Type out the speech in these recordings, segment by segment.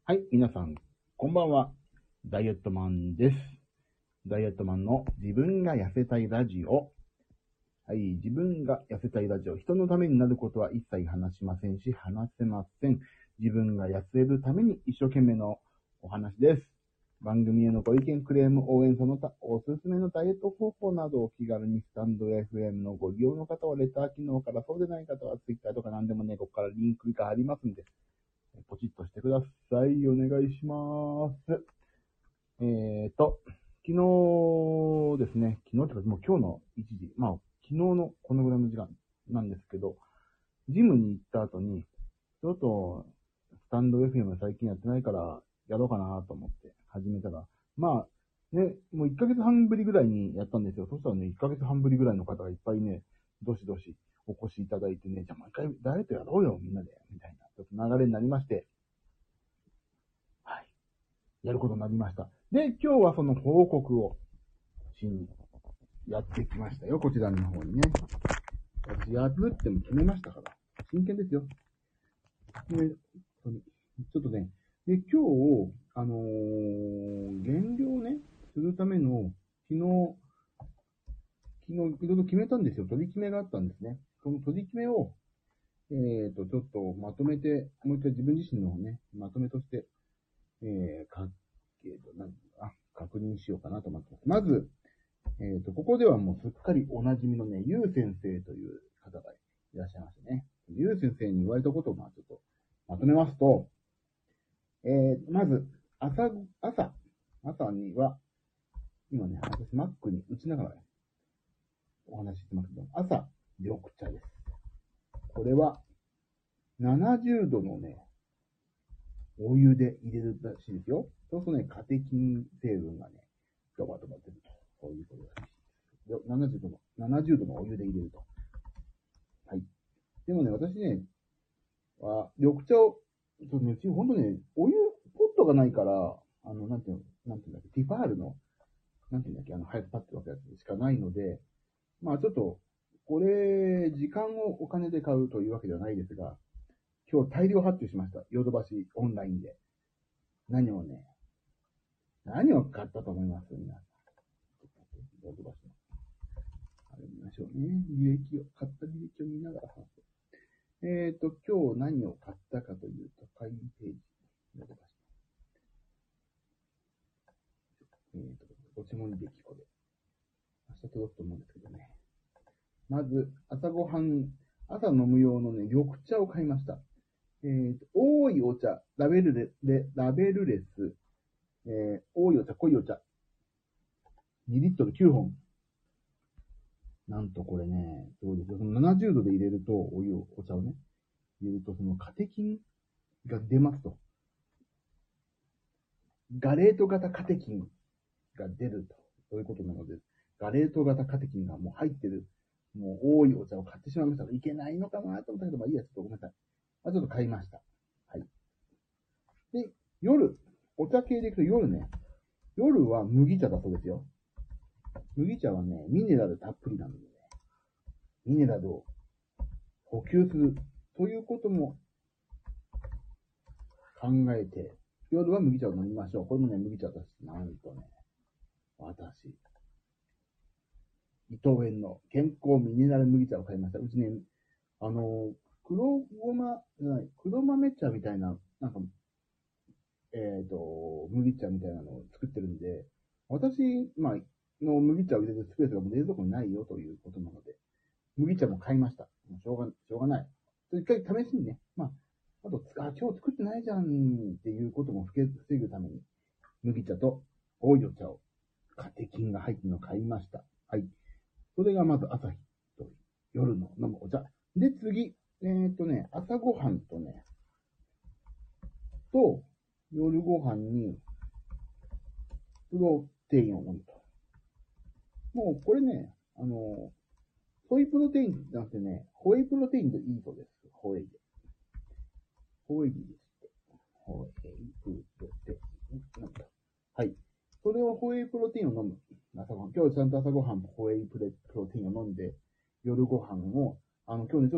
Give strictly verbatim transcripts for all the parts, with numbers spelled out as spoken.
はい、皆さん、こんばんは。ダイエットマンです。ダイエットマンの自分が痩せたいラジオ。はい、自分が痩せたいラジオ。人のためになることは一切話しませんし、話せません。自分が痩せるために一生懸命のお話です。番組へのご意見、クレーム、応援、その他、おすすめのダイエット方法などを気軽にスタンド エフエム のご利用の方はレター機能から、そうでない方は Twitter とか何でもね、ここからリンクがありますんで、ポチッとしてください。お願いします。えーと、昨日ですね、昨日というかもう今日のいちじ、まあ昨日のこのぐらいの時間なんですけど、ジムに行った後に、ちょっとスタンド エフエム 最近やってないからやろうかなと思って始めたら、まあね、もういっかげつはんぶりぐらいにやったんですよ。そしたらね、いっかげつはんぶりぐらいの方がいっぱいね、どしどしお越しいただいてね、じゃあもう一回ダイエットやろうよ、みんなで、みたいな、ちょっと流れになりまして、はい。やることになりました。で、今日はその報告をしにやってきましたよ。こちらの方にね。私、やるっても決めましたから。真剣ですよ。で、ちょっとね、で、今日、あのー、減量ね、するための、昨日、昨日、いろいろ決めたんですよ。取り決めがあったんですね。その取り決めを、えっと、ちょっとまとめて、もう一回自分自身のね、まとめとして、えー、か、えーと、なんあ、確認しようかなと思ってます。まず、えっと、ここではもうすっかりお馴染みのね、ゆう先生という方がいらっしゃいましてね。ゆう先生に言われたことをまあちょっとまとめますと、えー、まず、朝、朝、朝には、今ね、私、マックに打ちながら、ね、お話ししてますけど、朝、緑茶です。これは、ななじゅうどのね、お湯で入れるらしいですよ。そうするとね、カテキン成分がね、ドバドバ出ると。そういうことらしいです。ななじゅうどの、ななじゅうどのお湯で入れると。はい。でもね、私ね、は、緑茶を、ちょっとね、うちほんとね、お湯、ポットがないから、あの、なんていうの、なんていうんだっけ、ティファールの、なんていうんだっけ、あの、ハイパッてわけやつしかないので、まあちょっと、これ、時間をお金で買うというわけではないですが、今日大量発注しました。ヨドバシオンラインで。何をね、何を買ったと思います皆さん。ヨドバシの。あれ見ましょうね。履歴を、買った履歴を見ながら話そう。えっ、ー、と、今日何を買ったかというと、会員ページ。ヨドバシ。えっ、ー、と、ご注文履歴これ。明日届くと思うんですけどね。まず、朝ごはん、朝飲む用のね、緑茶を買いました。えーと、多いお茶、ラベルレ、レラベルレス、えー、多いお茶、濃いお茶。にリットルきゅうほん。なんとこれね、すごいですよ。そのななじゅうどで入れると、お湯を、お茶をね、入れると、そのカテキンが出ますと。ガレート型カテキンが出ると。そういうことなので、ガレート型カテキンがもう入ってる、もう多いお茶を買ってしまいました。いけないのかなと思ったけど、まあいいや、ちょっとごめんなさい。まあ、ちょっと買いました。はい。で、夜、お茶系でいくと夜ね、夜は麦茶だそうですよ。麦茶はね、ミネラルたっぷりなのでね、ミネラルを補給するということも考えて、夜は麦茶を飲みましょう。これもね、麦茶だし、なんとね、私、伊藤園の健康ミネラル麦茶を買いました。うちね、あの、黒ごま、じゃない、黒豆茶みたいな、なんか、えっ、ー、と、麦茶みたいなのを作ってるんで、私、まあ、の麦茶を入れるスペースがもう冷蔵庫にないよということなので、麦茶も買いました。もうしょうが、しょうがない。一回試しにね、まあ、あと、あ、今日作ってないじゃんっていうことも防ぐために、麦茶と多いお茶を、カテキンが入ってるのを買いました。はい。それがまず朝日と夜の飲むお茶。で、次、えー、っとね、朝ごはんとね、と、夜ご飯に、プロテインを飲むと。もう、これね、あの、ホエイプロテインじゃなくてね、ホエイプロテインでいいそうです。ホエイで。ホエイですって。ホエイプロテイン。なんだ。はい。それをホエイプロテインを飲む。朝ごはん。今日ちゃんと朝ごはんホエイプロテインを飲んで、夜ご飯を、あの、今日ね、ちょっと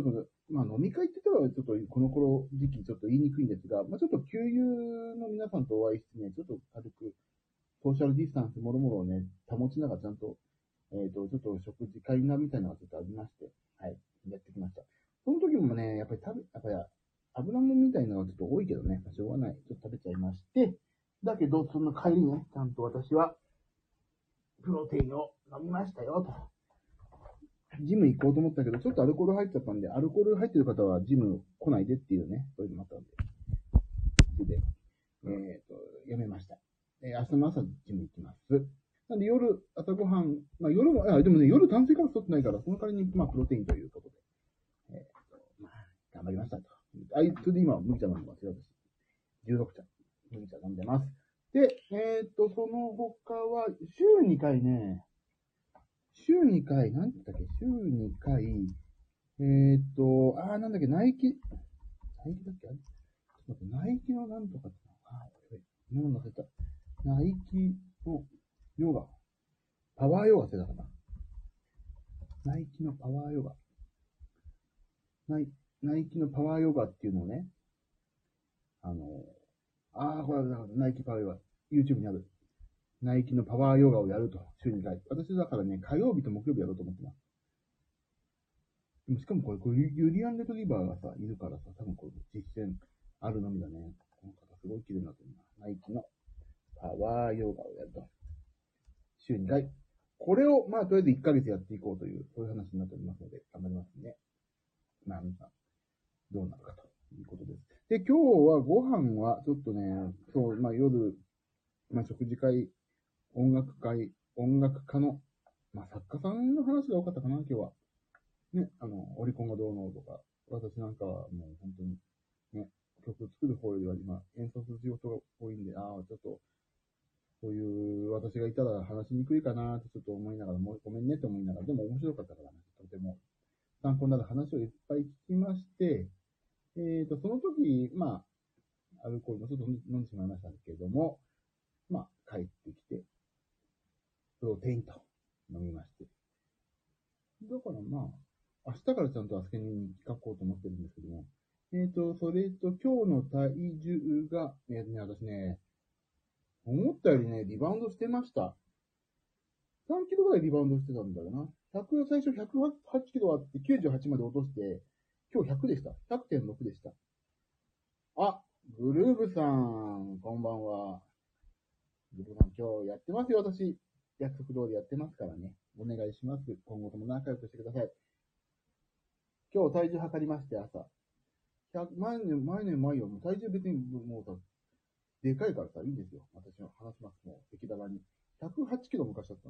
まあ飲み会って言ったらちょっとこの頃時期ちょっと言いにくいんですが、まあちょっと給油の皆さんとお会いしてね、ちょっと軽くソーシャルディスタンスもろもろをね、保ちながらちゃんと、えっ、と、ちょっと食事会なみたいなのがちょっとありまして、はい、やってきました。その時もね、やっぱり食べ、やっぱり油もんみたいなのはちょっと多いけどね、しょうがない。ちょっと食べちゃいまして、だけど、その帰りね、ちゃんと私は、プロテインを飲みましたよ、と。ジム行こうと思ったけど、ちょっとアルコール入っちゃったんで、アルコール入ってる方はジム来ないでっていうね、そういうのもあったんで。で、えっ、ー、と、やめました。えー、明日の朝ジム行きます。なんで夜、朝ごはん、まあ夜も、あ、でもね、夜炭水化物取ってないから、その代わりに、まあ、プロテインということで、えーと、まあ、頑張りましたと。あいつで今、麦茶飲んでますよ、私。じゅうろくちゃ。麦茶飲んでます。で、えっ、ー、と、その他は、週にかいね、週にかい、なんて言ったっけ、週にかい、えっ、ー、と、あー、なんだっけ、ナイキ、ナイキだっけあれちょっと待って、ナイキのなんとかって、あー、今の忘れた。ナイキのヨガ。パワーヨガってだかな。ナイキのパワーヨガ。ナイナイキのパワーヨガっていうのをね、あの、あー、これだからナイキパワーヨガ。YouTube にある。ナイキのパワーヨガをやると、週にかい。私だからね、火曜日と木曜日やろうと思ってます。でもしかもこれ、これユリアン・レトリバーがさ、いるからさ、多分これ実践あるのみだね。この方すごい綺麗になってるな。ナイキのパワーヨガをやると。週にかい。これを、まあ、とりあえずいっかげつやっていこうという、そういう話になっておりますので、頑張りますね。まあ、皆さん、どうなるかということです。で、今日はご飯は、ちょっとね、今日、まあ、夜、まあ、食事会、音楽会、音楽家の、まあ、作家さんの話が多かったかな、今日は。ね、あの、オリコンがどうのとか、私なんかはもう本当に、ね、曲作る方よりは今、演奏する仕事が多いんで、ああ、ちょっと、そういう私がいたら話しにくいかなってちょっと思いながら、もうごめんねって思いながら、でも面白かったからね、とても参考になる話をいっぱい聞きまして、えっ、ー、と、その時、まあ、アルコールもちょっと飲んでしまいましたけれども、まあ、帰ってきて、プロテインと飲みまして。だからまあ、明日からちゃんとアスケに書こうと思ってるんですけども、えっ、ー、と、それと今日の体重が、えー、ね、私ね、思ったよりね、リバウンドしてました。さんキロぐらいリバウンドしてたんだよな。ひゃく、最初ひゃくはちキロあってきゅうじゅうはちまで落として、今日ひゃくでした。ひゃくてんろく でした。あ、グルーブさん、こんばんは。グルーブさん、今日やってますよ、私。約束通りやってますからね。お願いします。今後とも仲良くしてください。今日体重測りまして、朝。前年、前年前よ。もう体重別にもうさ、でかいからさ、いいんですよ。私は話します。もう、赤裸々に。ひゃくはちキロ昔だったの。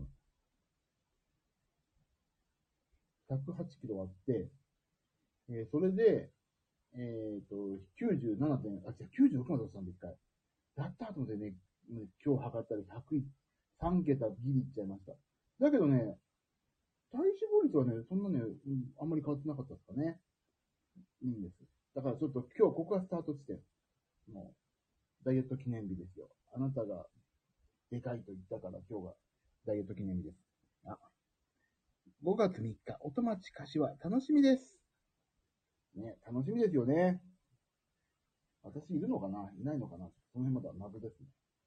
ひゃくはちキロあって、えー、それで、えっ、ー、と、きゅうじゅうななてん、あ、違う、きゅうじゅうろくまで落ちたんで、一回。やった後でね、今日測ったらひゃく、さん桁ギリいっちゃいました。だけどね、体脂肪率はね、そんなね、うん、あんまり変わってなかったですかね。いいんです。だからちょっと今日ここがスタート地点。もう、ダイエット記念日ですよ。あなたがでかいと言ったから今日がダイエット記念日です。あ、ごがつみっか、音町柏、楽しみです。ね、楽しみですよね。私いるのかないないのかなその辺まだ謎ですね。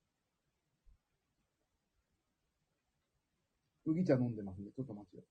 麦茶飲んでますんで、ちょっと待ちよ。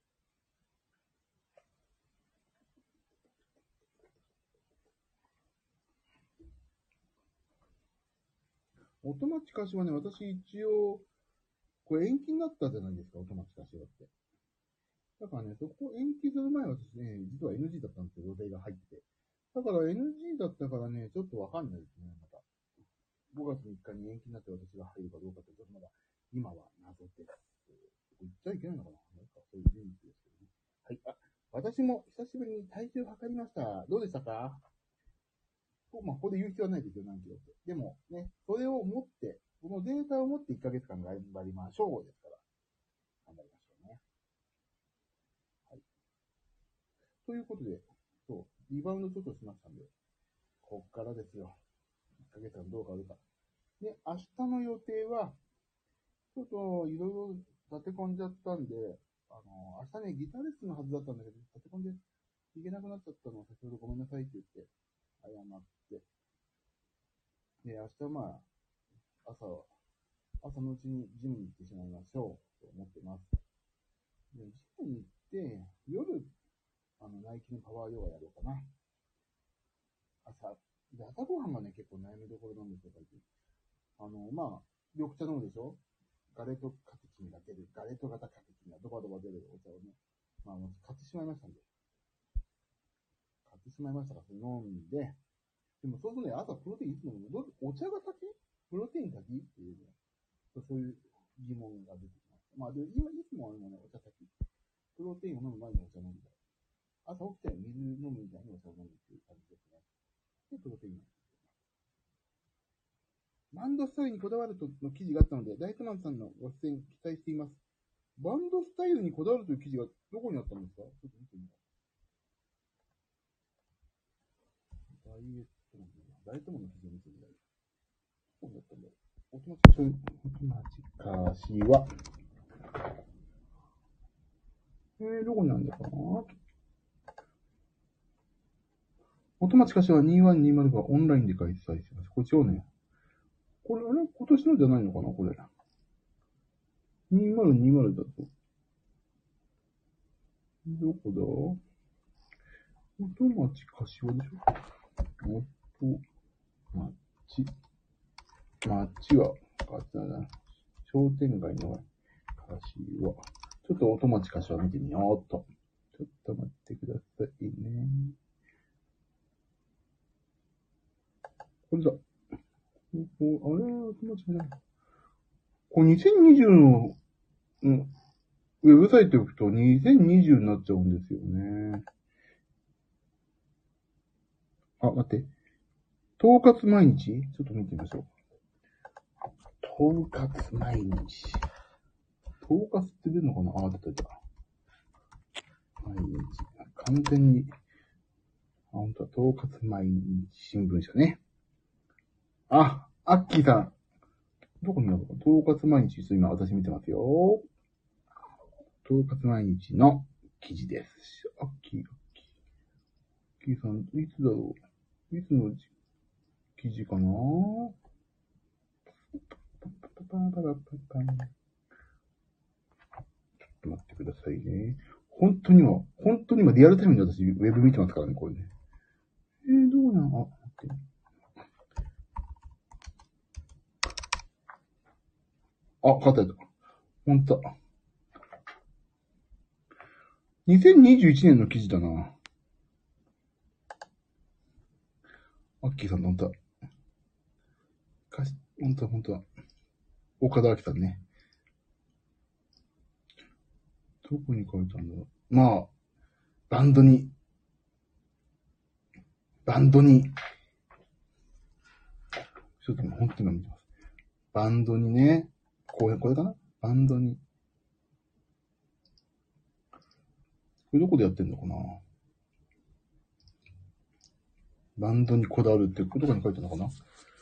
音町柏ね、私一応、これ延期になったじゃないですか、音町柏って。だからね、そこ延期する前は私ね、実は エヌジー だったんですよ、予定が入って。だから エヌジー だったからね、ちょっとわかんないですね、また。ごがつみっかに延期になって私が入るかどうかって、ちょっとまだ、今は謎です。言っちゃいけないのかななんかそういう人物ですけどね。はい。あ、私も久しぶりに体重を測りました。どうでしたか？まあ、ここで言う必要はないですよ、何キロって。でもね、それを持って、このデータを持っていっかげつかん頑張りましょうですから。頑張りましょうね。はい。ということで、そう、リバウンドちょっとしましたんで、こっからですよ。いっかげつかんどうかあるか。で、明日の予定は、ちょっといろいろ立て込んじゃったんで、あの、明日ね、ギターレッスンのはずだったんだけど、立て込んで行けなくなっちゃったのを先ほどごめんなさいって言って、謝って。で、明日まあ、朝、朝のうちにジムに行ってしまいましょうと思ってます。で、ジムに行って、夜、あの、ナイキのパワーヨガやろうかな。朝、で、朝ごはんがね、結構悩みどころなんですよ、最近。あの、まあ、緑茶飲むでしょ？ガレットカテキンが出る、ガレット型カテキンがドバドバ出るお茶をね、まあ、買ってしまいましたんで。買ってしまいましたから、それ飲んで、でもそうするとね、朝プロテインいつ飲むの？お茶が先？プロテイン先っていうね、そういう疑問が出てきます。まあ、で今、いつもあるのね、お茶先。プロテインを飲む前にお茶飲むみたいな。朝起きたら水飲むみたいにお茶を飲むっていう感じですね。で、プロテイン。バンドスタイルにこだわるとの記事があったので、ダイエットマンさんのご出演期待しています。バンドスタイルにこだわるという記事がどこにあったんですか？ちょっと見てみよう。ダイエットマン、ダイエットマンの記事を見てみたい。どこだったんだろう。オトマチカシは、えー、どこにあるんだかな？オトマチカシはにせんにじゅうがオンラインで開催してます。これ違うね。これ、あれ今年のじゃないのかなこれ。にせんにじゅうだと。どこだ？オトマチカシワでしょ？オトマチ。町は、あったな。商店街のカシワ。ちょっとオトマチカシワ見てみようと。ちょっと待ってくださいね。これだ。あれオトマチカシワ。これにせんにじゅうの、うん、ウェブサイト行くとにせんにじゅうになっちゃうんですよね。あ、待って。統括毎日ちょっと見てみましょう。統括毎日。統括って出るのかなあ、出た出た。毎日。完全に。あ、ほんとは統括毎日新聞社ね。あ、アッキーさん。どこにあるのか統括毎日、今私見てますよ。統括毎日の記事です。アッキー、アッキー。アッキーさん、いつだろういつの記事かなパパパパパパパちょっと待ってくださいね。本当には、本当に今リアルタイムで私ウェブ見てますからね、これね。えー、どうなのあ、待って。あ、書いてあった。ほんとだ。にせんにじゅういちねんの記事だな。アッキーさんのほんとだ。かし、ほんとだ、ほんとだ。岡田明さんね。どこに書いたんだろう。まあ、バンドに、バンドに、ちょっとほんと今見てます。バンドにね、これ、これかなバンドに。これどこでやってんのかなバンドにこだわるって、これどこに書いてんのかな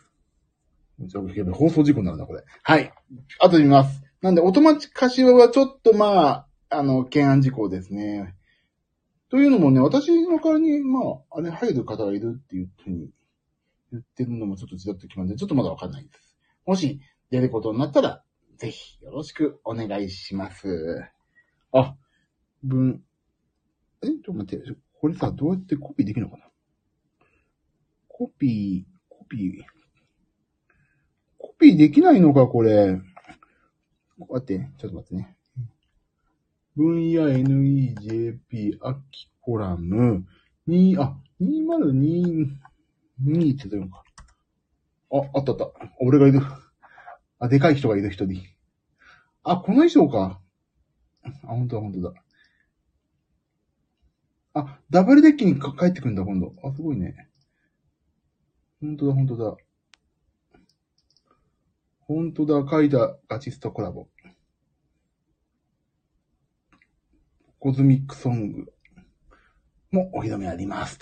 放送事故になるな、これ。はい。あと見ます。なんで、オトマチカシワはちょっとまあ、あの、懸案事項ですね。というのもね、私の代わりに、まあ、あれ入る方がいるっていうふうに言ってるのもちょっとちらっと決まるんで、ちょっとまだわかんないです。もし、出ることになったら、ぜひ、よろしくお願いします。あ、文、え、ちょっと待って、これさ、どうやってコピーできるのかなコピー、コピー、コピーできないのか、これ。こうやって、ちょっと待ってね。分野 エヌイージェーピー 秋コラム、に、あ、にせんにじゅうにって言うのか。あ、あったあった。俺がいる。あ、でかい人がいる人に。あ、この衣装か。あ、ほんとだ、ほんとだ。あ、ダブルデッキに帰ってくんだ、今度。あ、すごいね。ほんとだ、ほんとだ。ほんとだ、書いたガチストコラボ。コズミックソングもお披露目ありますと。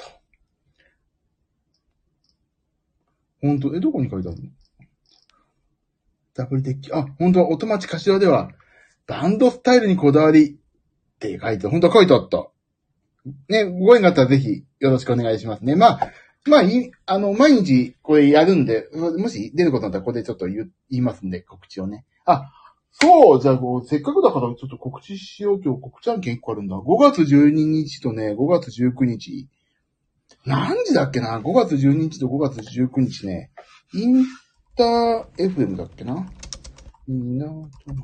ほんと、え、どこに書いてあるのダブルデッキ。あ、ほんとは、オトマチ柏では、バンドスタイルにこだわりって書いてある。ほんとは書いてあった。 ね、ご縁があったらぜひよろしくお願いしますね。まあ、まあ、い、あの、毎日これやるんで、もし出ることになったらここでちょっと言、言いますんで、告知をね。あ、そう、じゃあこう、せっかくだからちょっと告知しよう。今日告知案件いっこあるんだ。ごがつじゅうににちとね、ごがつじゅうくにち。何時だっけな ?ご 月じゅうににちとごがつじゅうくにちね。インター エフエム だっけなインタ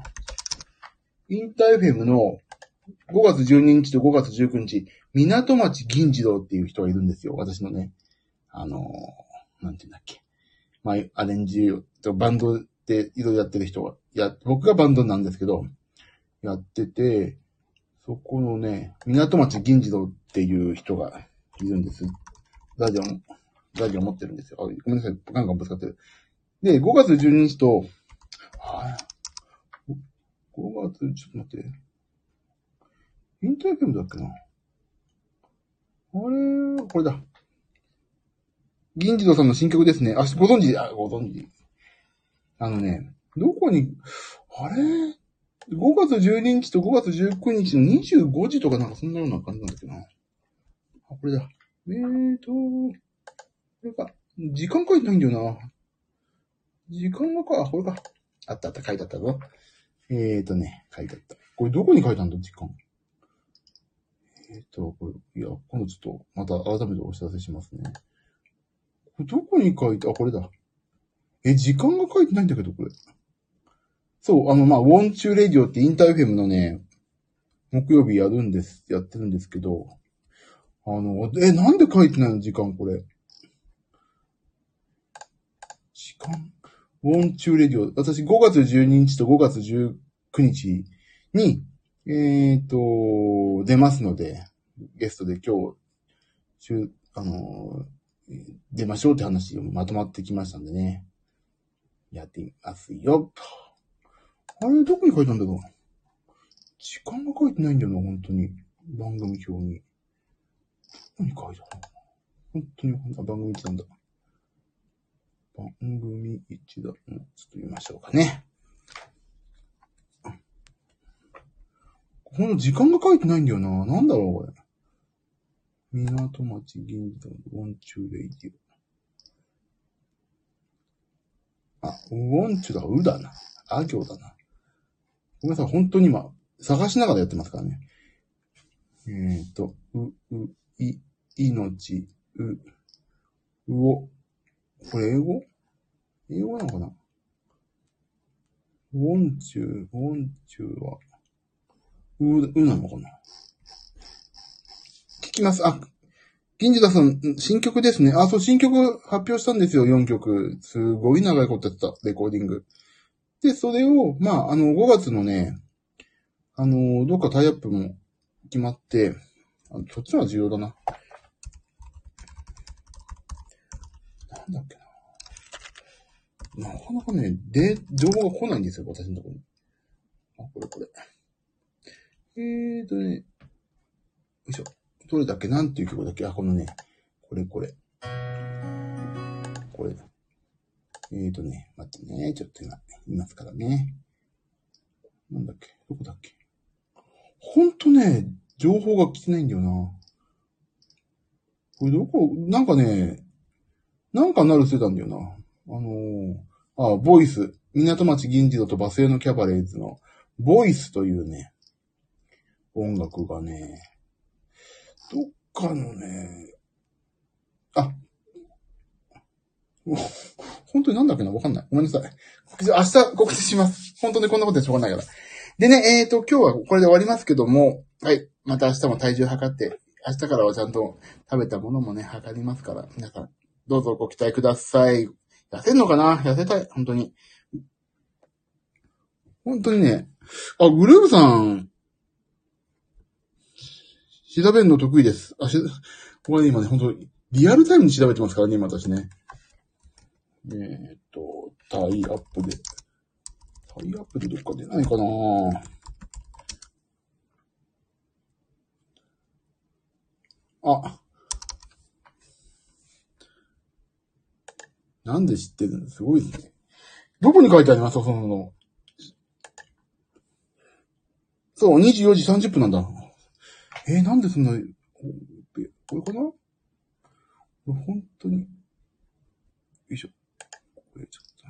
ー エフエム のごがつじゅうににちとごがつじゅうくにち、港町銀次郎っていう人がいるんですよ。私のね。あのー、なんていうんだっけ。まあ、アレンジとバンドでいろいろやってる人が、や、僕がバンドなんですけど、やってて、そこのね、港町銀次郎っていう人がいるんです。ラジオ、ラジオ持ってるんですよ。あ、ごめんなさい。ガンガンぶつかってる。で、ごがつじゅうににちと、はい。ごがつ、ちょっと待って。インター エフエム だっけなあれ、これだ。銀次郎さんの新曲ですね。あ、ご存知、あ、ご存知。あのね、どこに、あれ ?ご 月じゅうににちとごがつじゅうくにちのにじゅうごじとかなんかそんなような感じなんだけどな。あ、これだ。えーと、これか。時間書いてないんだよな。時間がか、これか。あったあった、書いてあったぞ。えーとね、書いてあった。これどこに書いたんだ、時間。えーと、これ、いや、今度ちょっと、また改めてお知らせしますね。これどこに書いて、あ、これだ。え、時間が書いてないんだけど、これ。そう、あの、まあ、ウォンチューレディオってインター エフエム のね、木曜日やるんです、やってるんですけど、あの、え、なんで書いてないの時間、これ。時間ウォンチューレディオ。私ごがつじゅうににちとごがつじゅうくにちに、えっと、出ますので、ゲストで今日、あの、出ましょうって話をまとまってきましたんでね。やってみますよ。あれ、どこに書いたんだろう時間が書いてないんだよな、本当に。番組表に。どこに書いたの本当に、あ、番組いちなんだ。番組いちだ。ちょっと見ましょうかね。この時間が書いてないんだよな。なんだろう、これ。港町銀座のウォンチューレイディオ。あ、ウォンチュだ、うだな。あ行だな。ごめんなさい、本当に今、探しながらやってますからね。えっと、う、う、い、命、う、うお。これ英語英語なのかなウォンチュー、ウォンチューは、う、うなのかな聞きます。あ、銀次田さん、新曲ですね。あ、そう、新曲発表したんですよ、よんきょく。すごい長いことやってた、レコーディング。で、それを、まあ、あの、ごがつのね、あの、どっかタイアップも決まって、あのそっちの方が重要だな。なんだっけな。なかなかね、で、情報が来ないんですよ、私のところに。あ、これこれ。えーとね、よいしょ。どれだっけなんていう曲だっけあ、このね、これこれ。これ。えーとね、待ってね、ちょっと今、言いますからね。なんだっけどこだっけほんとね、情報が来てないんだよな。これどこ、なんかね、なんかなるしてたんだよな。あのー、あ、ボイス。港町銀次郎とバスへのキャバレーズの、ボイスというね、音楽がね、どっかのね、あ、本当になんだっけなわかんない。ごめんなさい。明日告知します。本当にこんなことでしょうがないから。でね、えーと、今日はこれで終わりますけども、はい。また明日も体重測って、明日からはちゃんと食べたものもね、測りますから、皆さん、どうぞご期待ください。痩せんのかな痩せたい。本当に。本当にね。あ、グルーブさん、調べるの得意です。あ、し、これ今ね、本当に、リアルタイムに調べてますからね、今私ね。えーと、タイアップで。タイアップでどっか出ないかなあ。なんで知ってるのすごいですね。どこに書いてありますかその、そう、にじゅうよじさんじゅっぷんなんだ。えー、なんでそんなで、これかな？これ本当に。よいしょ。これちょっと。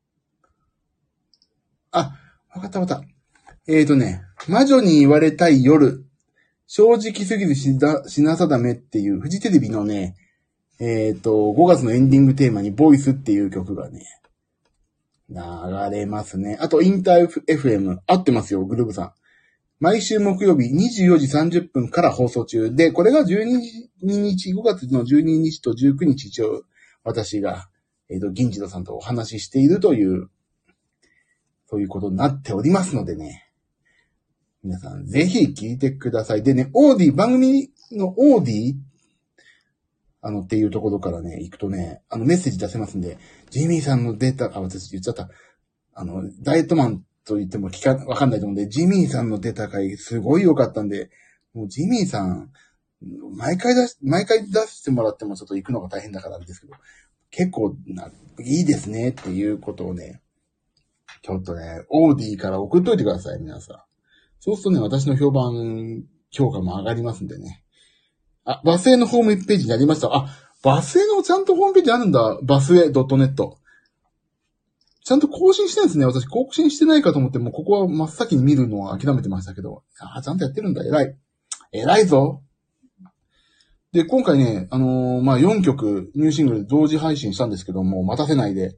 あ、わかったわかった。えーとね、魔女に言われたい夜、正直すぎるしな、しなさだめっていう、フジテレビのね、えーと、ごがつのエンディングテーマにボイスっていう曲がね、流れますね。あと、インター エフエム、合ってますよ、グルーブさん。毎週木曜日にじゅうよじさんじゅっぷんから放送中で、これがじゅうににち、ごがつのじゅうににちとじゅうくにち一応、私が、えっと、銀次郎さんとお話ししているという、そういうことになっておりますのでね。皆さん、ぜひ聞いてください。でね、オーディ、番組のオーディ、あの、っていうところからね、行くとね、あの、メッセージ出せますんで、ジミーさんのデータ、あ、私言っちゃった。あの、ダイエットマン、と言っても聞か、わかんないと思うんで、ジミーさんの出た回すごい良かったんで、もうジミーさん、毎回出し、毎回出してもらってもちょっと行くのが大変だからですけど、結構な、いいですねっていうことをね、ちょっとね、オーディから送っといてください、皆さん。そうするとね、私の評判、評価も上がりますんでね。あ、バスエのホームページにありました。あ、バスエのちゃんとホームページあるんだ。バスエ .net。ちゃんと更新してるんですね。私更新してないかと思って、もうここは真っ先に見るのは諦めてましたけど。ああ、ちゃんとやってるんだ。偉い。偉いぞ。で、今回ね、あのー、まあ、よんきょくニューシングル同時配信したんですけども、待たせないで。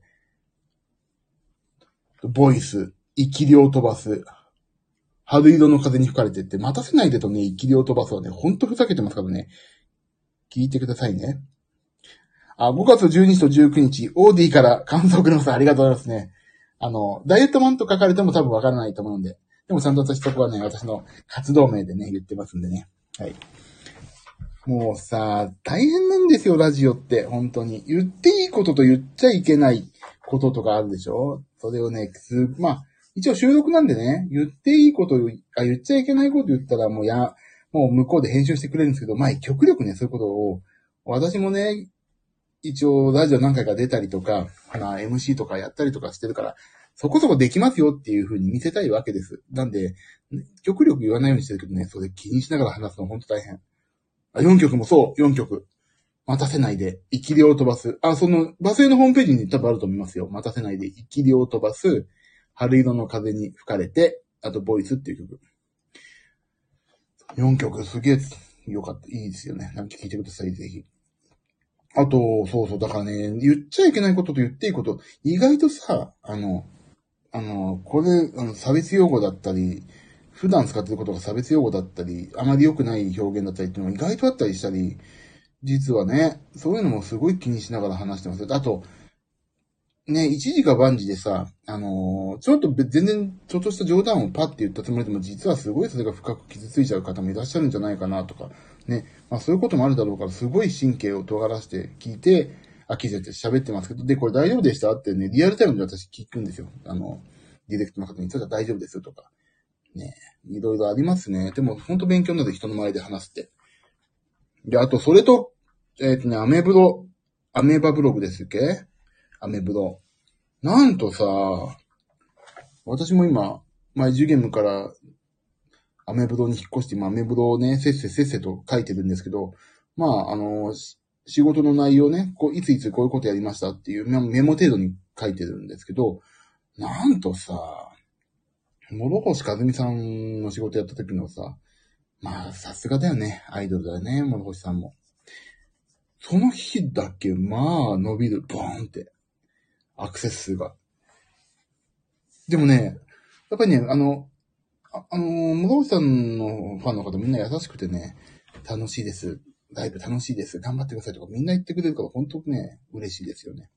ボイス、生きりを飛ばす。春色の風に吹かれてって、待たせないでとね、生きりを飛ばすはね、ほんとふざけてますからね。聞いてくださいね。あ、ごがつじゅうににちとじゅうくにち、オーディから感想くれます。ありがとうございますね。あの、ダイエットマンと書かれても多分わからないと思うんで。でもちゃんと私そこはね、私の活動名でね、言ってますんでね。はい。もうさ、大変なんですよ、ラジオって。本当に。言っていいことと言っちゃいけないこととかあるでしょ？それをね、す、まあ、一応収録なんでね、言っていいこと、あ、言っちゃいけないこと言ったらもうや、もう向こうで編集してくれるんですけど、まあ、極力ね、そういうことを、私もね、一応ラジオ何回か出たりとか、エムシー とかやったりとかしてるから、そこそこできますよっていう風に見せたいわけです。なんで、極力言わないようにしてるけどね、それ気にしながら話すのほんと大変。あ、よんきょくもそう、よんきょく。待たせないで、生きりを飛ばす。あ、その、バスへのホームページに多分あると思いますよ。待たせないで、生きりを飛ばす、春色の風に吹かれて、あと、ボイスっていう曲。よんきょくすげえよかった。いいですよね。なんか聞いてください、ぜひ。あと、そうそう、だからね、言っちゃいけないことと言っていいこと、意外とさ、あの、あの、これ、あの、差別用語だったり、普段使ってることが差別用語だったり、あまり良くない表現だったりっていうのが意外とあったりしたり、実はね、そういうのもすごい気にしながら話してます。あと、ね、一時が万事でさ、あのー、ちょっと全然、ちょっとした冗談をパッて言ったつもりでも、実はすごいそれが深く傷ついちゃう方もいらっしゃるんじゃないかなとか、ね、まあそういうこともあるだろうから、すごい神経を尖らせて聞いて、あ、気づいて喋ってますけど、で、これ大丈夫でしたってね、リアルタイムで私聞くんですよ。あの、ディレクトの方に、それは大丈夫ですとか。ね、いろいろありますね。でも、ほんと勉強になる人の前で話すって。で、あと、それと、えっとね、アメブロ、アメバブログですっけ？アメブロ。なんとさ、私も今、マイジュゲームからアメブロに引っ越して、今アメブロをね、せっせせっせと書いてるんですけど、まあ、あの、仕事の内容ね、こう、いついつこういうことやりましたっていうメモ程度に書いてるんですけど、なんとさ、諸星和美さんの仕事やった時のさ、まあ、さすがだよね。アイドルだよね、諸星さんも。その日だけ、まあ、伸びる、ボーンって。アクセス数が。でもね、やっぱりね、あの、あ、あのー、諸星さんのファンの方みんな優しくてね、楽しいです。ライブ楽しいです。頑張ってくださいとかみんな言ってくれるから本当にね、嬉しいですよね。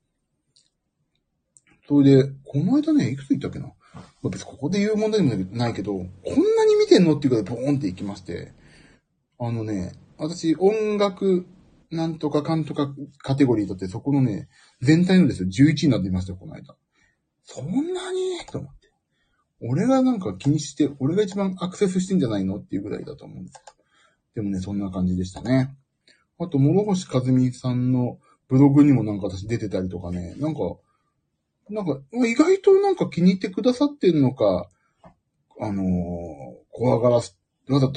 それで、この間ね、いくつ言ったっけな。別にここで言う問題でもないけど、こんなに見てんのっていうからボーンって行きまして、あのね、私音楽なんとかかんとかカテゴリーだってそこのね、全体のですよ、じゅういちいになっていましたよ、この間。そんなにと思って。俺がなんか気にして、俺が一番アクセスしてんじゃないのっていうぐらいだと思うんです。でもね、そんな感じでしたね。あと、諸星和美さんのブログにもなんか私出てたりとかね、なんか、なんか、意外となんか気に入ってくださってるのか、あのー、怖がらす、わざと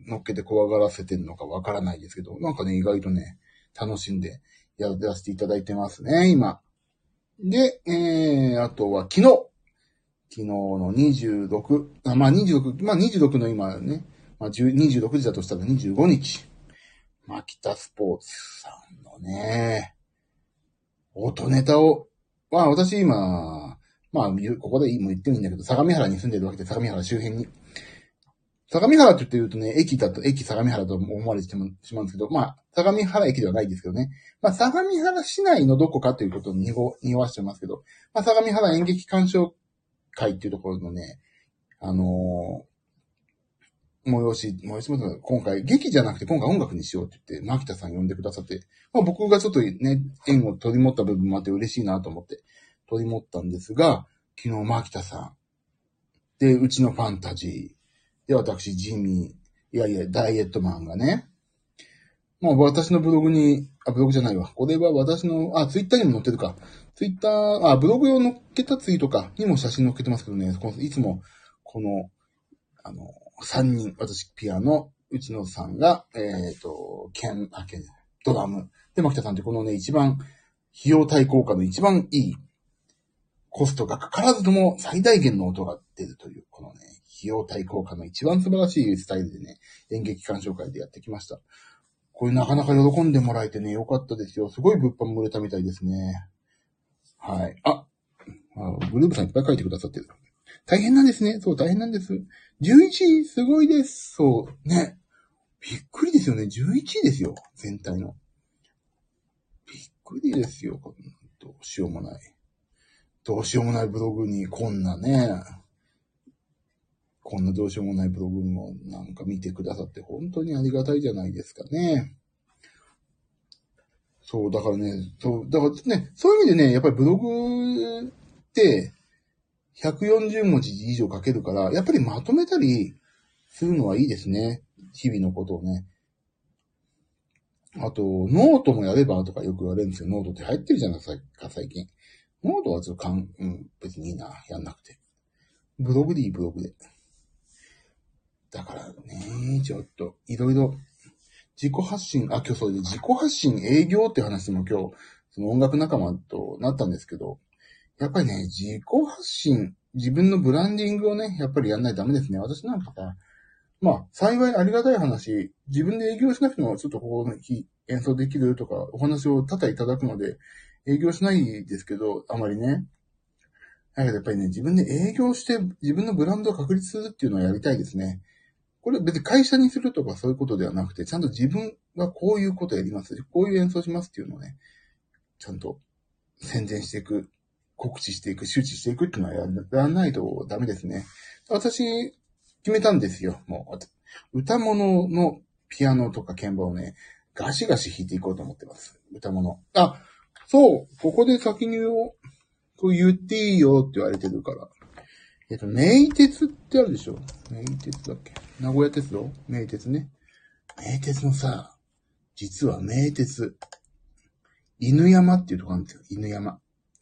乗っけて怖がらせてるのかわからないですけど、なんかね、意外とね、楽しんでやらせていただいてますね、今。で、えー、あとは昨日。昨日のにじゅうろく、あ、まあにじゅうろく、まあにじゅうろくの今ね、まあにじゅうろくじだとしたらにじゅうごにち。マキタスポーツさんのね、音ネタを、まあ私今、まあここでも言ってもいいんだけど、相模原に住んでるわけで、相模原周辺に。相模原って言うとね、駅だと、駅相模原と思われてしまうんですけど、まあ、相模原駅ではないですけどね。まあ、相模原市内のどこかということを濁わしてますけど、まあ、相模原演劇鑑賞会っていうところのね、あのー、催し、催しも今回、劇じゃなくて今回音楽にしようって言って、牧田さん呼んでくださって、まあ僕がちょっとね、縁を取り持った部分もあって嬉しいなと思って、取り持ったんですが、昨日牧田さん、で、うちのファンタジー、で、私、ジミー、いやいや、ダイエットマンがね、まあ私のブログに、あ、ブログじゃないわ。これは私の、あ、ツイッターにも載ってるか。ツイッター、あ、ブログを載っけたツイートか、にも写真載っけてますけどね、いつも、この、あの、三人、私、ピアノ、うちのさんが、えっと、ケン、あ、ケン、ドラム。で、牧田さんってこのね、一番、費用対効果の一番いい、コストがかからずとも最大限の音が出るという、このね、費用対効果の一番素晴らしいスタイルでね、演劇鑑賞会でやってきました。これなかなか喜んでもらえてね、よかったですよ。すごい物販も売れたみたいですね。はい。あ、あグループさんいっぱい書いてくださってる。大変なんですね。そう、大変なんです。じゅういちい、すごいです。そう、ね。びっくりですよね。じゅういちいですよ。全体の。びっくりですよ。どうしようもない。どうしようもないブログにこんなね、こんなどうしようもないブログもなんか見てくださって本当にありがたいじゃないですかね。そう、だからね、そう、だからね、そういう意味でね、やっぱりブログってひゃくよんじゅうもじ以上書けるから、やっぱりまとめたりするのはいいですね。日々のことをね。あと、ノートもやればとかよく言われるんですよ。ノートって入ってるじゃないですか、最近。ノートはちょっとかん、うん、別にいいな、やんなくて。ブログでいい、ブログで。だからね、ちょっと、いろいろ、自己発信、あ、今日そうで、自己発信営業って話も今日、その音楽仲間となったんですけど、やっぱりね、自己発信、自分のブランディングをね、やっぱりやんないとダメですね。私なんかさ、まあ、幸いありがたい話、自分で営業しなくても、ちょっとここの日演奏できるとか、お話を多々いただくので、営業しないですけど、あまりね。だけどやっぱりね、自分で営業して、自分のブランドを確立するっていうのをやりたいですね。これ別に会社にするとかそういうことではなくて、ちゃんと自分はこういうことやります。こういう演奏しますっていうのをね、ちゃんと宣伝していく、告知していく、周知していくっていうのはやらないとダメですね。私、決めたんですよ。もう、歌物のピアノとか鍵盤をね、ガシガシ弾いていこうと思ってます。歌物。あ、そう、ここで先に言おう。こう言っていいよって言われてるから。えっと、名鉄ってあるでしょ？名鉄だっけ？名古屋鉄道？名鉄ね。名鉄のさ、実は名鉄、犬山っていうとこあるんですよ。犬山。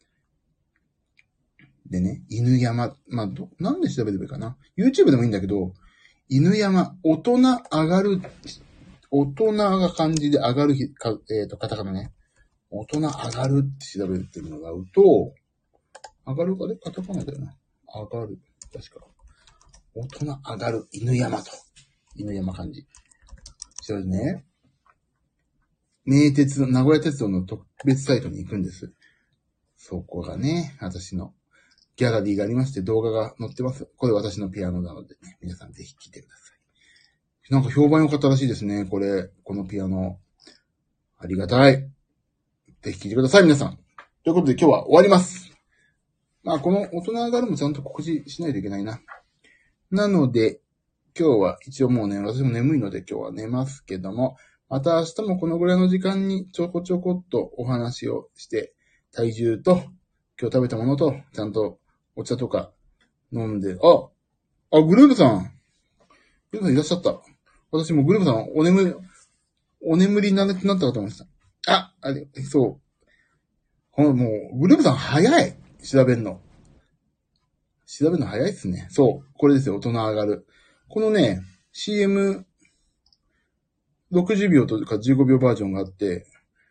でね、犬山、まあ、ど、なんで調べればいいかな。YouTube でもいいんだけど、犬山、大人上がる、大人が漢字で上がる日、かえっと、カタカナね。大人上がるって調べてもらうと、上がるかねカタカナだよな。上がる。確か。大人上がる犬山と。犬山漢字。それでね、名鉄、名古屋鉄道の特別サイトに行くんです。そこがね、私のギャラリーがありまして動画が載ってます。これ私のピアノなのでね、皆さんぜひ聴いてください。なんか評判良かったらしいですね、これ、このピアノ。ありがたい。ぜひ聴いてください、皆さん。ということで今日は終わります。まあ、この大人上がるもちゃんと告知しないといけないな。なので、今日は一応もうね、私も眠いので今日は寝ますけども、また明日もこのぐらいの時間にちょこちょこっとお話をして、体重と今日食べたものとちゃんとお茶とか飲んで、あ、あ、グルーブさん。グルーブさんいらっしゃった。私もグルーブさんお眠り、お眠りになったかと思いました。あ、あれ、そう。もう、グルーブさん早い。調べるの。調べるの早いっすね。そう。これですよ。大人上がる。このね、シーエムろくじゅうびょうとかじゅうごびょうバージョンがあって、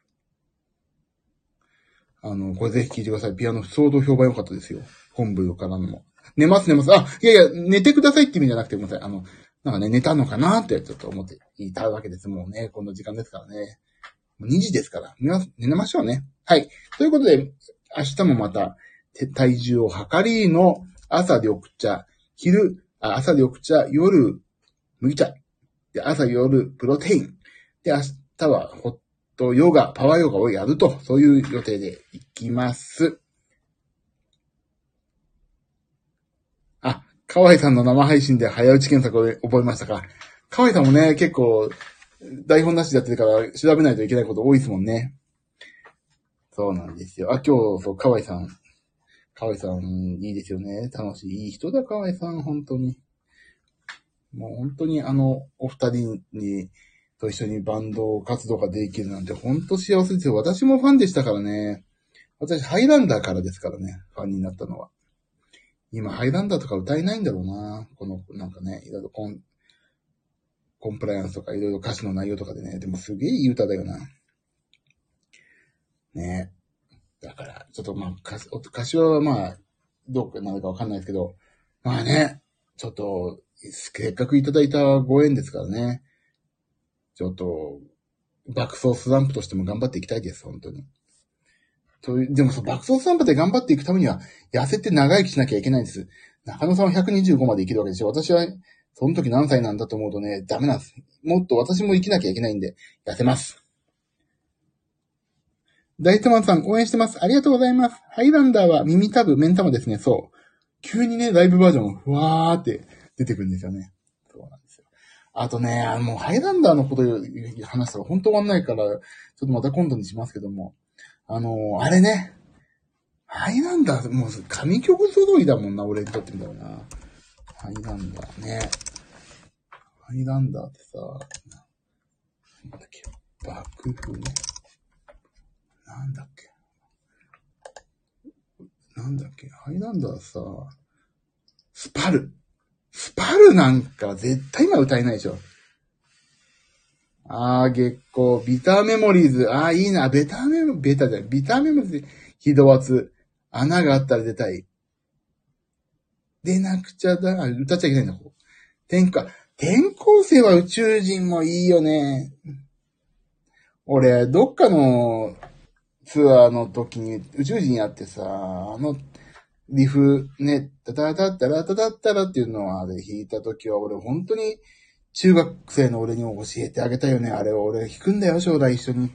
あの、これぜひ聴いてください。ピアノ相当評判良かったですよ。本部からのも。寝ます寝ます。あ、いやいや、寝てくださいって意味じゃなくて、ごめんなさい。あの、なんかね、寝たのかなってちょっと思っていたわけです。もうね、この時間ですからね。にじですから。皆さん寝ましょうね。はい。ということで、明日もまた、体重を測りの朝緑茶、昼、あ朝緑茶、夜麦茶。で、朝夜プロテイン。で、明日はホットヨガ、パワーヨガをやると、そういう予定でいきます。あ、河合さんの生配信で早打ち検索を覚えましたか。河合さんもね、結構、台本なしでやってるから調べないといけないこと多いですもんね。そうなんですよ。あ、今日、そう、河合さん。河合さん、いいですよね。楽しい。いい人だ、河合さん、本当に。もう本当にあの、お二人に、と一緒にバンド活動ができるなんて本当幸せですよ。私もファンでしたからね。私、ハイランダーからですからね、ファンになったのは。今、ハイランダーとか歌えないんだろうな。この、なんかね、いろいろコン、コンプライアンスとかいろいろ歌詞の内容とかでね。でもすげえいい歌だよな。ね。だから、ちょっとまあ、歌詞、歌詞はまあ、どうなるかわかんないですけど、まあね、ちょっと、せっかくいただいたご縁ですからね。ちょっと、爆走スランプとしても頑張っていきたいです、本当に。とでも、その爆走スランプで頑張っていくためには、痩せて長生きしなきゃいけないんです。中野さんはひゃくにじゅうごまで生きるわけでしょ。私は、その時何歳なんだと思うとね、ダメなんです。もっと私も生きなきゃいけないんで、痩せます。ダイトマンさん、応援してます。ありがとうございます。ハイランダーは耳たぶ、目ん玉ですね。そう。急にね、ライブバージョン、ふわーって出てくるんですよね。そうなんですよ。あとね、あの、もうハイランダーのこと話したら本当終わんないから、ちょっとまた今度にしますけども。あの、あれね。ハイランダー、もう神曲揃いだもんな、俺にとってみたらな。ハイランダーね。ハイランダーってさ、なんだっけ、爆風ね。なんだっけ。なんだっけ、ハイランダーさ、スパル。スパルなんか絶対今歌えないでしょ。あー、月光、ビターメモリーズ。あー、いいな。ベターメモ、ベタじゃない。ビターメモリーズ、ヒドワツ。穴があったら出たい。出なくちゃだ。あ、歌っちゃいけないんだ。天下。転校生は宇宙人もいいよね。俺、どっかのツアーの時に宇宙人やってさ、あの、リフ、ね、タタタッタラタタッタラっていうのをあれ弾いた時は俺本当に中学生の俺にも教えてあげたよね。あれを俺弾くんだよ、将来一緒にって。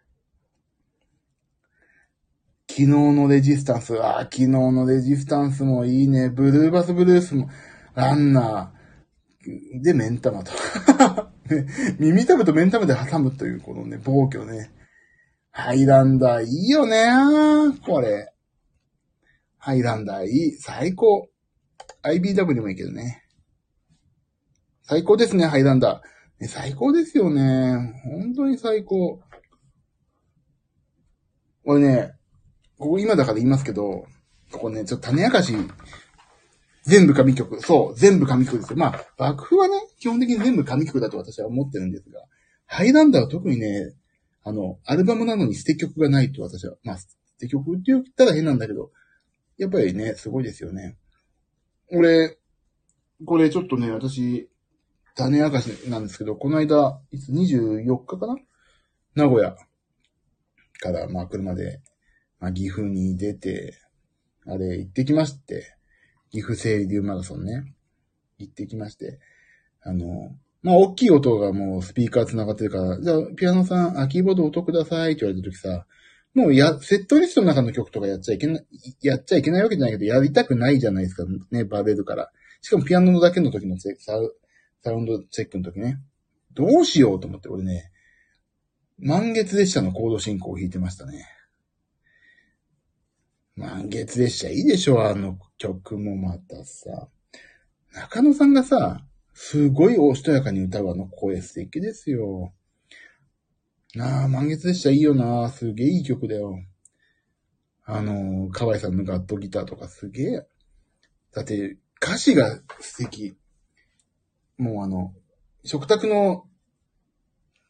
昨日のレジスタンス、あ、昨日のレジスタンスもいいね。ブルーバスブルースも、ランナー。で、メンタマと。ね、耳たぶとメンタマで挟むという、このね、暴挙ね。ハイランダーいいよねこれ。ハイランダーいい。最高。アイビーダブリュー もいいけどね。最高ですね、ハイランダー。ね、最高ですよね。本当に最高。俺ね、ここ今だから言いますけど、ここね、ちょっと種明かし、全部神曲。そう、全部神曲ですよ。まあ、爆風はね、基本的に全部神曲だと私は思ってるんですが、ハイランダーは特にね、あの、アルバムなのに捨て曲がないと私は、まあ、捨て曲って言ったら変なんだけど、やっぱりね、すごいですよね。俺、これちょっとね、私、種明かしなんですけど、この間、いつにじゅうよっかかな名古屋から、まあ車で、まあ岐阜に出て、あれ行ってきまして、岐阜清流マラソンね。行ってきまして、あの、まあ大きい音がもうスピーカー繋がってるから、じゃあピアノさん、あ、キーボード音くださいって言われた時さ、もうや、セットリストの中の曲とかやっちゃいけない、やっちゃいけないわけじゃないけど、やりたくないじゃないですかね、バレるから。しかもピアノのだけの時のサウサウンドチェックの時ね。どうしようと思って、俺ね、満月列車のコード進行を弾いてましたね。満月列車いいでしょ、あの曲もまたさ。中野さんがさ、すごいおしとやかに歌うあの声素敵ですよ。なあ、満月列車いいよな。すげえいい曲だよ。あの、河合さんのガットギターとかすげえ。だって、歌詞が素敵。もうあの、食卓の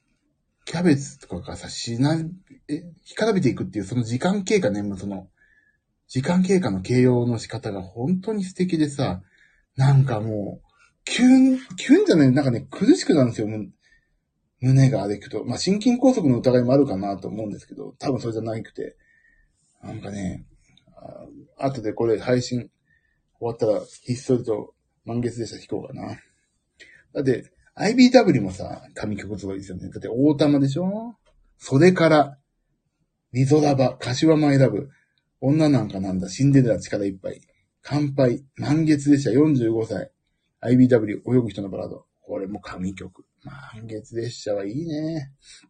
キャベツとかがさ、しな、え、干からびていくっていうその時間経過ね、もうその、時間経過の形容の仕方が本当に素敵でさ、なんかもう、キュン、キュンじゃない、なんかね、苦しくなるんですよ、胸がでくと。まあ、心筋梗塞の疑いもあるかなと思うんですけど、多分それじゃなくて、なんかね、あ後でこれ配信終わったら、ひっそりと満月でした弾こうかな。だって、アイビーダブリュー もさ、神曲すごいですよね。だって、大玉でしょ？それから、リゾラバ、柏マイラブ、女なんかなんだ、シンデレラ力いっぱい、乾杯、満月でした、よんじゅうごさい、アイビーダブリュー、泳ぐ人のバラード。これも神曲。満月列車はいいね。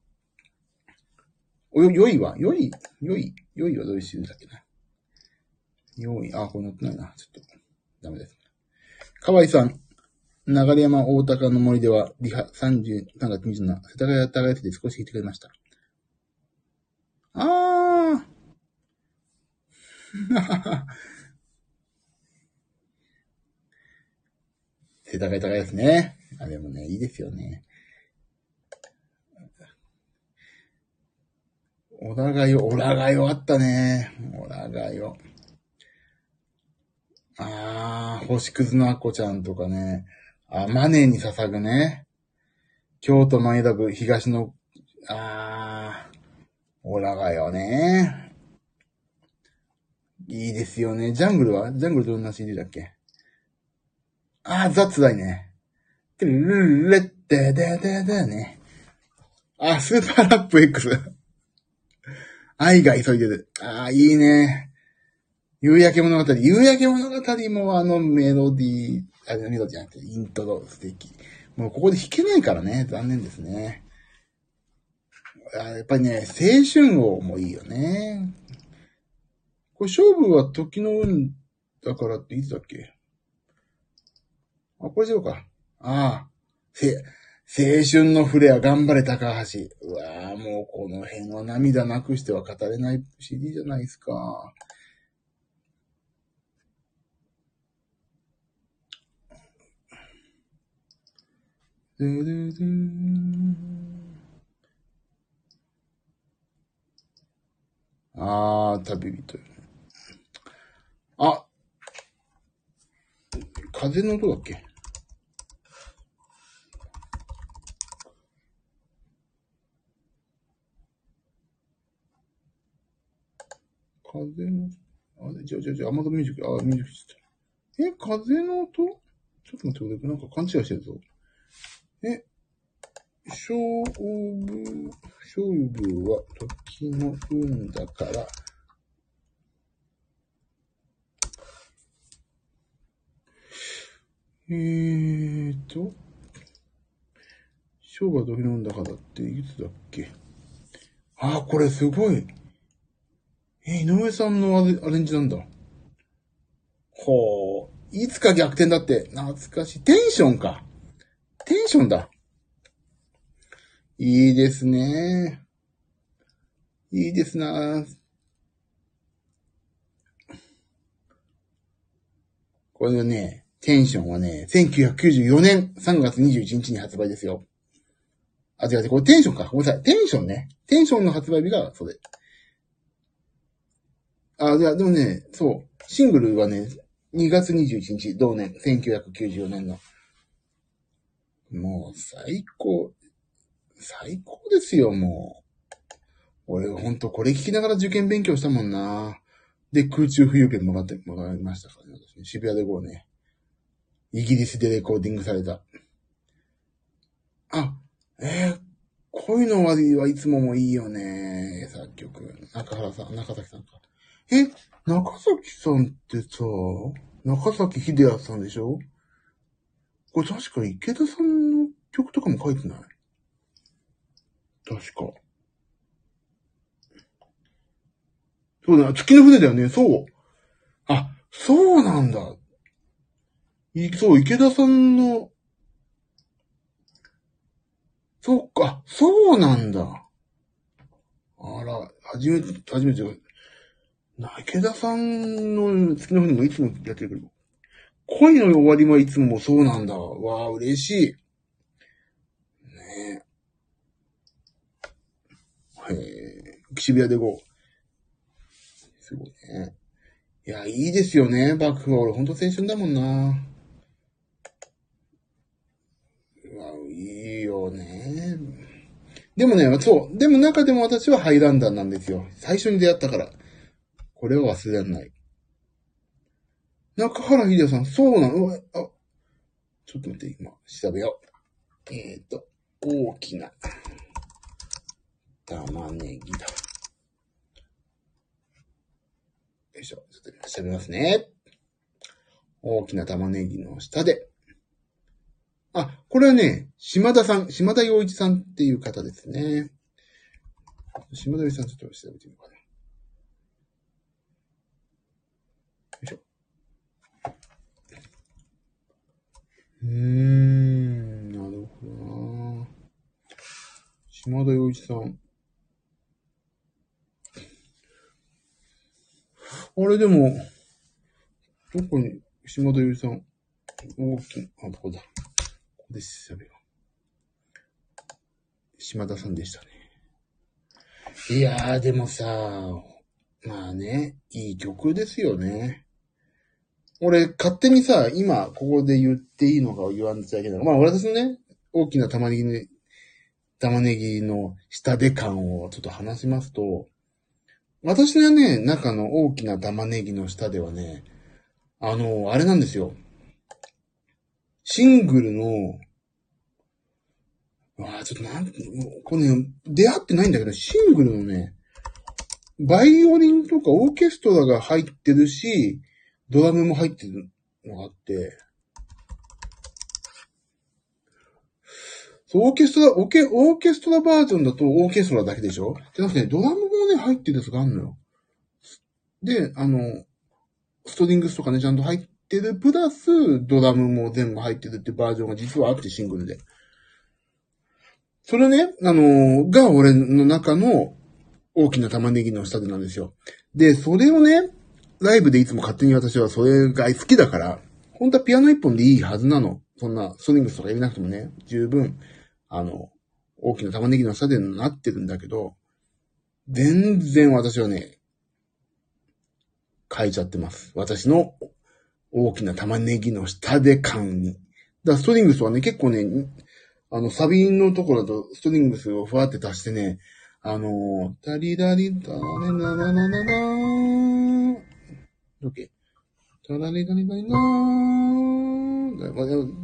およ、よいはよい、よい、よいはどういうシリーズだっけな。よい、あ、これ載ってないな。ちょっと、ダメです。河合さん。流山大高の森では、リハさんじゅうさんがつにじゅうなな、世田谷耕で少し弾いてくれました。あー。世田谷高ですね。あ、でもね、いいですよね。おらがよ、おらがよあったね。おらがよ。あー、星屑のあこちゃんとかね。あ、マネーに捧ぐね。京都マイラブ、東の、あー、オラがよね。いいですよね。ジャングルはジャングルどんな シーディー だっけ？あー、ザッツだいね。ルルルレッテデデデね。あ、スーパーラップ X。愛が急いでる。あー、いいね。夕焼け物語。夕焼け物語もあのメロディー、あれメロディーじゃなくてイントロ素敵。もうここで弾けないからね。残念ですね。あやっぱりね、青春王もいいよね。これ勝負は時の運だからっていつだっけ？あ、これしようか。ああ。せ、青春のフレア頑張れ高橋。うわぁ、もうこの辺は涙なくしては語れない シーディー じゃないですか。ドゥドゥドゥーあー、旅人。あ、風の音だっけ？風の、あれ、じゃあじゃあじゃあ、アマゾンミュージック、あ、ミュージックして。え、風の音？ちょっと待って、俺なんか勘違いしてるぞ。え、勝負、勝負は時の運だから、えーと、勝負は時の運だからっていつだっけ？あー、これすごい。え、井上さんのアレアレンジなんだ。ほう。いつか逆転だって。懐かしい。テンションか。テンションだ。いいですね。いいですな。これね、テンションはね、せんきゅうひゃくきゅうじゅうよねんさんがつにじゅういちにちに発売ですよ。あ、違う違う、これテンションか。ごめんなさい。テンションね。テンションの発売日がそれ。あ、いや、でもね、そう。シングルはね、にがつにじゅういちにち、同年、せんきゅうひゃくきゅうじゅうよねんの。もう、最高。最高ですよ、もう。俺、ほんと、これ聞きながら受験勉強したもんな。で、空中浮遊券もらって、もらいましたからね、私ね。渋谷でこうね。イギリスでレコーディングされた。あ、えー、こういうのはいつももいいよね。作曲。中原さん、中崎さんか。え、中崎さんってさ、中崎秀康さんでしょ？これ確か池田さんの曲とかも書いてない？確か。そうだ、月の船だよね。そう。あ、そうなんだ。い、そう、池田さんの、そっか、そうなんだ。あら、初めて、初めて、な、池田さんの月の船もいつもやってるけど、恋の終わりはいつもそうなんだ。わあ、嬉しい。ねえー、岸辺屋でご。すごいね。いや、いいですよね、幕府は。俺ほんと青春だもんな。うわ、いいよね。でもね、そう。でも中でも私はハイランダーなんですよ。最初に出会ったから。これを忘れられない。中原秀夫さん、そうなの？あ、ちょっと待って、今、調べよう。えっと、大きな玉ねぎだ。よいしょ。ちょっと調べますね。大きな玉ねぎの下で。あ、これはね、島田さん、島田洋一さんっていう方ですね。島田洋一さんちょっと調べてみようかな。よいしょ。うーん、なるほどな。島田洋一さん。あれでも、どこに、島田洋一さん、大きな、あ、どこだ。ここで調べよう。島田さんでしたね。いやー、でもさ、まあね、いい曲ですよね。俺、勝手にさ、今、ここで言っていいのか言わんといけない。まあ、私のね、大きな玉ねぎね、玉ねぎの下で感をちょっと話しますと、私のね、中の大きな玉ねぎの下ではね、あの、あれなんですよ。シングルの、ああ、ちょっとなん、これね、出会ってないんだけど、シングルのね、バイオリンとかオーケストラが入ってるし、ドラムも入ってるのがあって、オーケストラ、オーケ、オーケストラバージョンだとオーケストラだけでしょ？じゃなくてね、ドラムもね、入ってるやつがあるのよ。で、あの、ストリングスとかね、ちゃんと入ってる、プラス、ドラムも全部入ってるってバージョンが実はあって、シングルで。それね、あの、が俺の中の大きな玉ねぎの下でなんですよ。で、それをね、ライブでいつも勝手に私はそれが好きだから、本当はピアノ一本でいいはずなの。そんな、ストリングスとか入れなくてもね、十分、あの、大きな玉ねぎの下でなってるんだけど、全然私はね、変えちゃってます。私の大きな玉ねぎの下で感に。だからストリングスはね、結構ね、あの、サビのところだとストリングスをふわって足してね、あのー、タリラリタレナナナナナーオッケー。タラリタリタリナー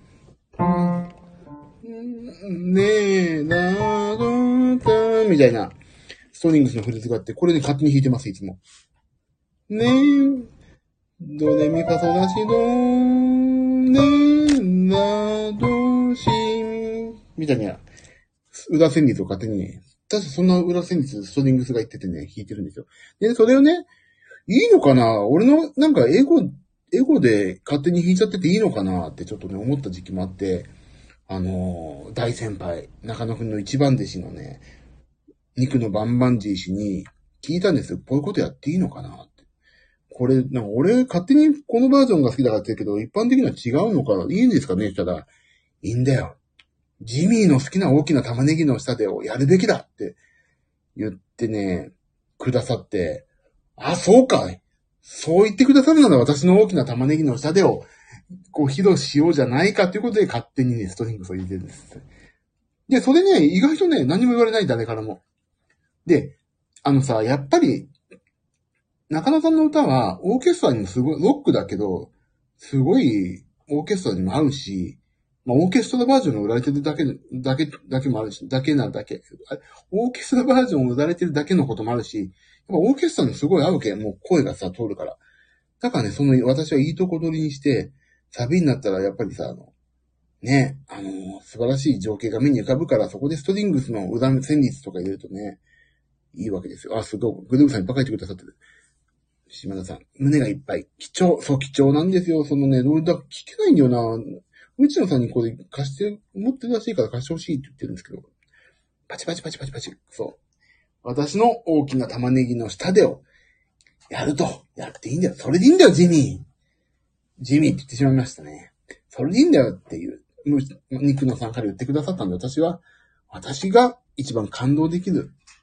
ねえ、なーどーみたいな、ストリングスのフレーズがあって、これで勝手に弾いてます、いつも。ねえ、ドレミファソラシドー、ねえ、ラドシン、みたいな、裏旋律を勝手にね、確かそんな裏旋律ストリングスが言っててね、弾いてるんですよ。で、それをね、いいのかな？俺の、なんか英語、英語で勝手に弾いちゃってていいのかなってちょっとね、思った時期もあって、あのー、大先輩、中野くんの一番弟子のね、肉のバンバンジー氏に聞いたんですよ。こういうことやっていいのかなって。これ、なんか俺勝手にこのバージョンが好きだからって言うけど、一般的には違うのかな？いいんですかねって言ったら、いいんだよ。ジミーの好きな大きな玉ねぎの下でをやるべきだって言ってね、くださって、あ、そうかい。そう言ってくださるなら私の大きな玉ねぎの下でをこう披露しようじゃないかということで勝手にね、ストリングスを入れてるんです。で、それね、意外とね、何も言われない誰からも。で、あのさ、やっぱり、中野さんの歌はオーケストラにもすごい、ロックだけど、すごいオーケストラにも合うし、まあ、オーケストラバージョンが売られてるだけ、だけ、だけもあるし、だけなだけ。オーケストラバージョンを売られてるだけのこともあるし、やっぱオーケストラにすごい合うけん、もう声がさ、通るから。だからね、その、私はいいとこ取りにして、サビになったらやっぱりさ、あの、ね、あのー、素晴らしい情景が目に浮かぶから、そこでストリングスの裏旋律とか入れるとね、いいわけですよ。あ、すごい。グループさんいっぱい書いてくださってる。島田さん、胸がいっぱい。貴重。そう、貴重なんですよ。そのね、どうだ、聞けないんだよな。内野さんにこれ貸して、持ってるらしいから貸してほしいって言ってるんですけど。パチパチパチパチパチ。そう。私の大きな玉ねぎの下でを、やると。やっていいんだよ。それでいいんだよ、ジミー。ジミーって言ってしまいましたね。それでいいんだよっていう、肉野さんから言ってくださったんで、私は、私が一番感動できる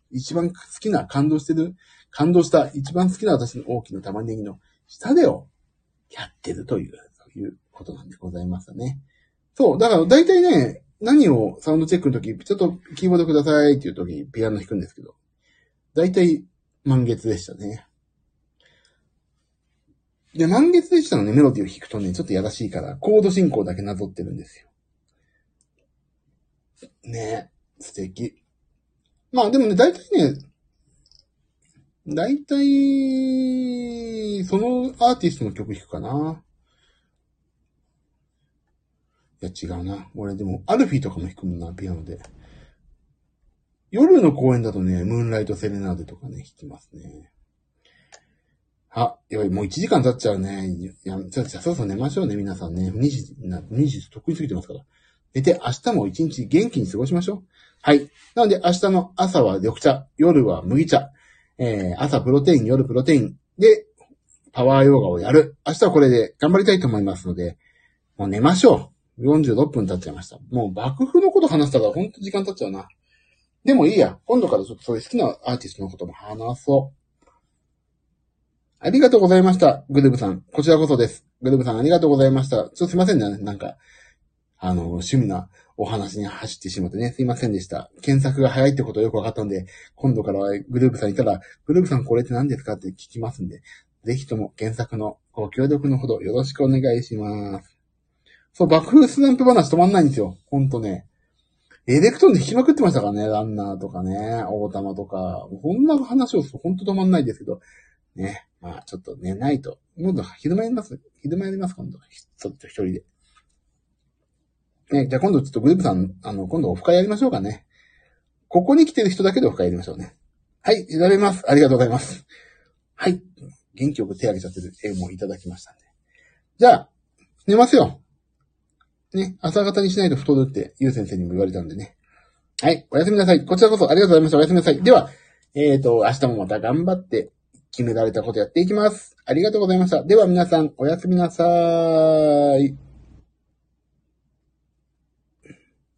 一番好きな、感動してる、感動した、一番好きな私の大きな玉ねぎの下でをやってるという、そういうことなんでございましたね。そう、だから大体ね、何をサウンドチェックの時、ちょっとキーボードくださいっていう時にピアノ弾くんですけど、大体満月でしたね。で、満月でしたのね、メロディーを弾くとね、ちょっとやらしいから、コード進行だけなぞってるんですよ。ねえ、素敵。まあでもね、大体ね、大体、そのアーティストの曲弾くかな。いや、違うな。俺でも、アルフィーとかも弾くもんな、ピアノで。夜の公演だとね、ムーンライトセレナーデとかね、弾きますね。あ、やばい、もういちじかん経っちゃうね。いや、じゃあ、そろそろ寝ましょうね、皆さんね。にじ、にじとっくに過ぎてますから。寝て、明日も一日元気に過ごしましょう。はい。なので、明日の朝は緑茶、夜は麦茶、えー、朝プロテイン、夜プロテインで、パワーヨガをやる。明日はこれで頑張りたいと思いますので、もう寝ましょう。よんじゅうろっぷん経っちゃいました。もう爆風のこと話したからほんと時間経っちゃうな。でもいいや。今度からちょっとそういう好きなアーティストのことも話そう。ありがとうございました。グルーブさん。こちらこそです。グルーブさんありがとうございました。ちょっとすいませんね。なんか、あの、趣味なお話に走ってしまってね。すいませんでした。検索が早いってことはよくわかったんで、今度からはグルーブさんいたら、グルーブさんこれって何ですかって聞きますんで、ぜひとも検索のご協力のほどよろしくお願いします。そう、爆風スナンプ話止まんないんですよ。ほんとね。エレクトーンで弾きまくってましたからね。ランナーとかね。大玉とか。こんな話をするとほんと止まんないですけど。ね。まあちょっと寝ないと。今度昼間やります。昼間やります、今度。ちょっと一人で。ね、じゃあ今度ちょっとグループさん、あの、今度オフ会やりましょうかね。ここに来てる人だけでオフ会やりましょうね。はい、調べます。ありがとうございます。はい。元気よく手挙げちゃってる絵もいただきましたんで。じゃあ、寝ますよ。ね、朝方にしないと太るって、ゆう先生にも言われたんでね。はい、おやすみなさい。こちらこそありがとうございました。おやすみなさい。では、えーと、明日もまた頑張って決められたことやっていきます。ありがとうございました。では皆さん、おやすみなさーい。